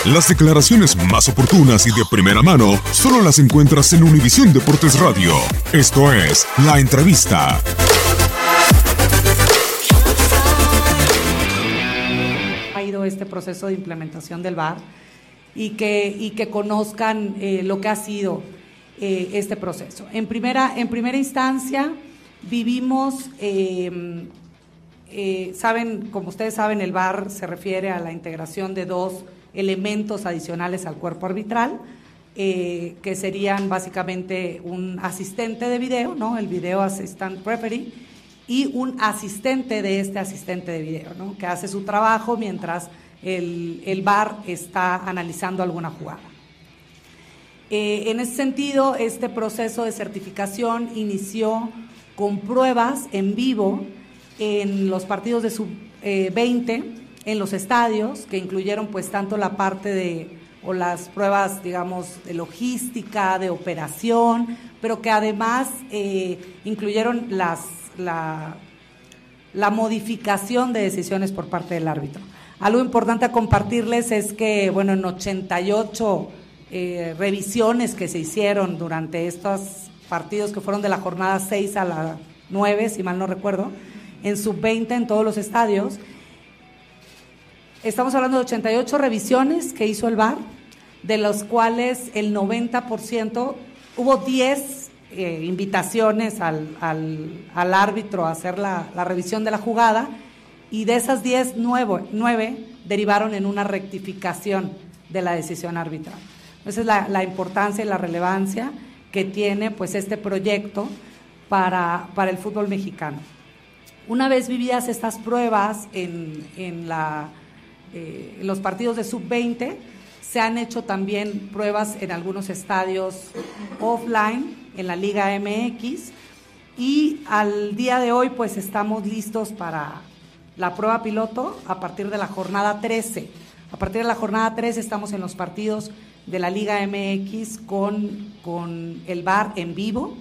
Las declaraciones más oportunas y de primera mano solo las encuentras en Univisión Deportes Radio. Esto es La Entrevista. Ha ido este proceso de implementación del VAR y que conozcan lo que ha sido este proceso. En primera instancia, vivimos, como ustedes saben, el VAR se refiere a la integración de dos elementos adicionales al cuerpo arbitral, que serían básicamente un asistente de video, ¿no? El video assistant referee, y un asistente de este asistente de video, ¿no? Que hace su trabajo mientras el VAR está analizando alguna jugada. En ese sentido, este proceso de certificación inició con pruebas en vivo en los partidos de sub-20, en los estadios, que incluyeron pues tanto la parte o las pruebas, digamos, de logística, de operación, pero que además incluyeron la modificación de decisiones por parte del árbitro. Algo importante a compartirles es que, bueno, en 88 revisiones que se hicieron durante estos partidos que fueron de la jornada 6 a la 9, si mal no recuerdo, en sub-20 en todos los estadios. Estamos hablando de 88 revisiones que hizo el VAR, de los cuales el 90%, hubo 10 invitaciones al árbitro a hacer la revisión de la jugada, y de esas 10, 9 derivaron en una rectificación de la decisión arbitral. Esa es la importancia y la relevancia que tiene pues este proyecto para el fútbol mexicano. Una vez vividas estas pruebas en los partidos de sub-20, se han hecho también pruebas en algunos estadios offline en la Liga MX, y al día de hoy pues estamos listos para la prueba piloto a partir de la jornada 13. A partir de la jornada 13 estamos en los partidos de la Liga MX con el VAR en vivo,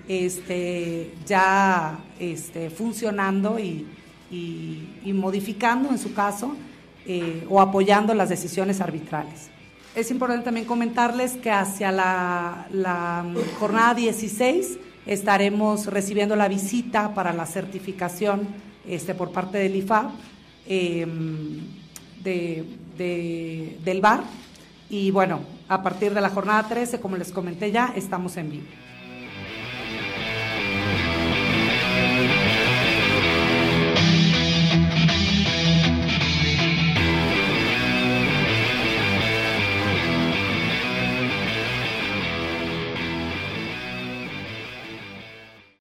ya funcionando y modificando en su caso, o apoyando las decisiones arbitrales. Es importante también comentarles que hacia la jornada 16 estaremos recibiendo la visita para la certificación por parte del IFAB del VAR, y bueno, a partir de la jornada 13, como les comenté ya, estamos en vivo.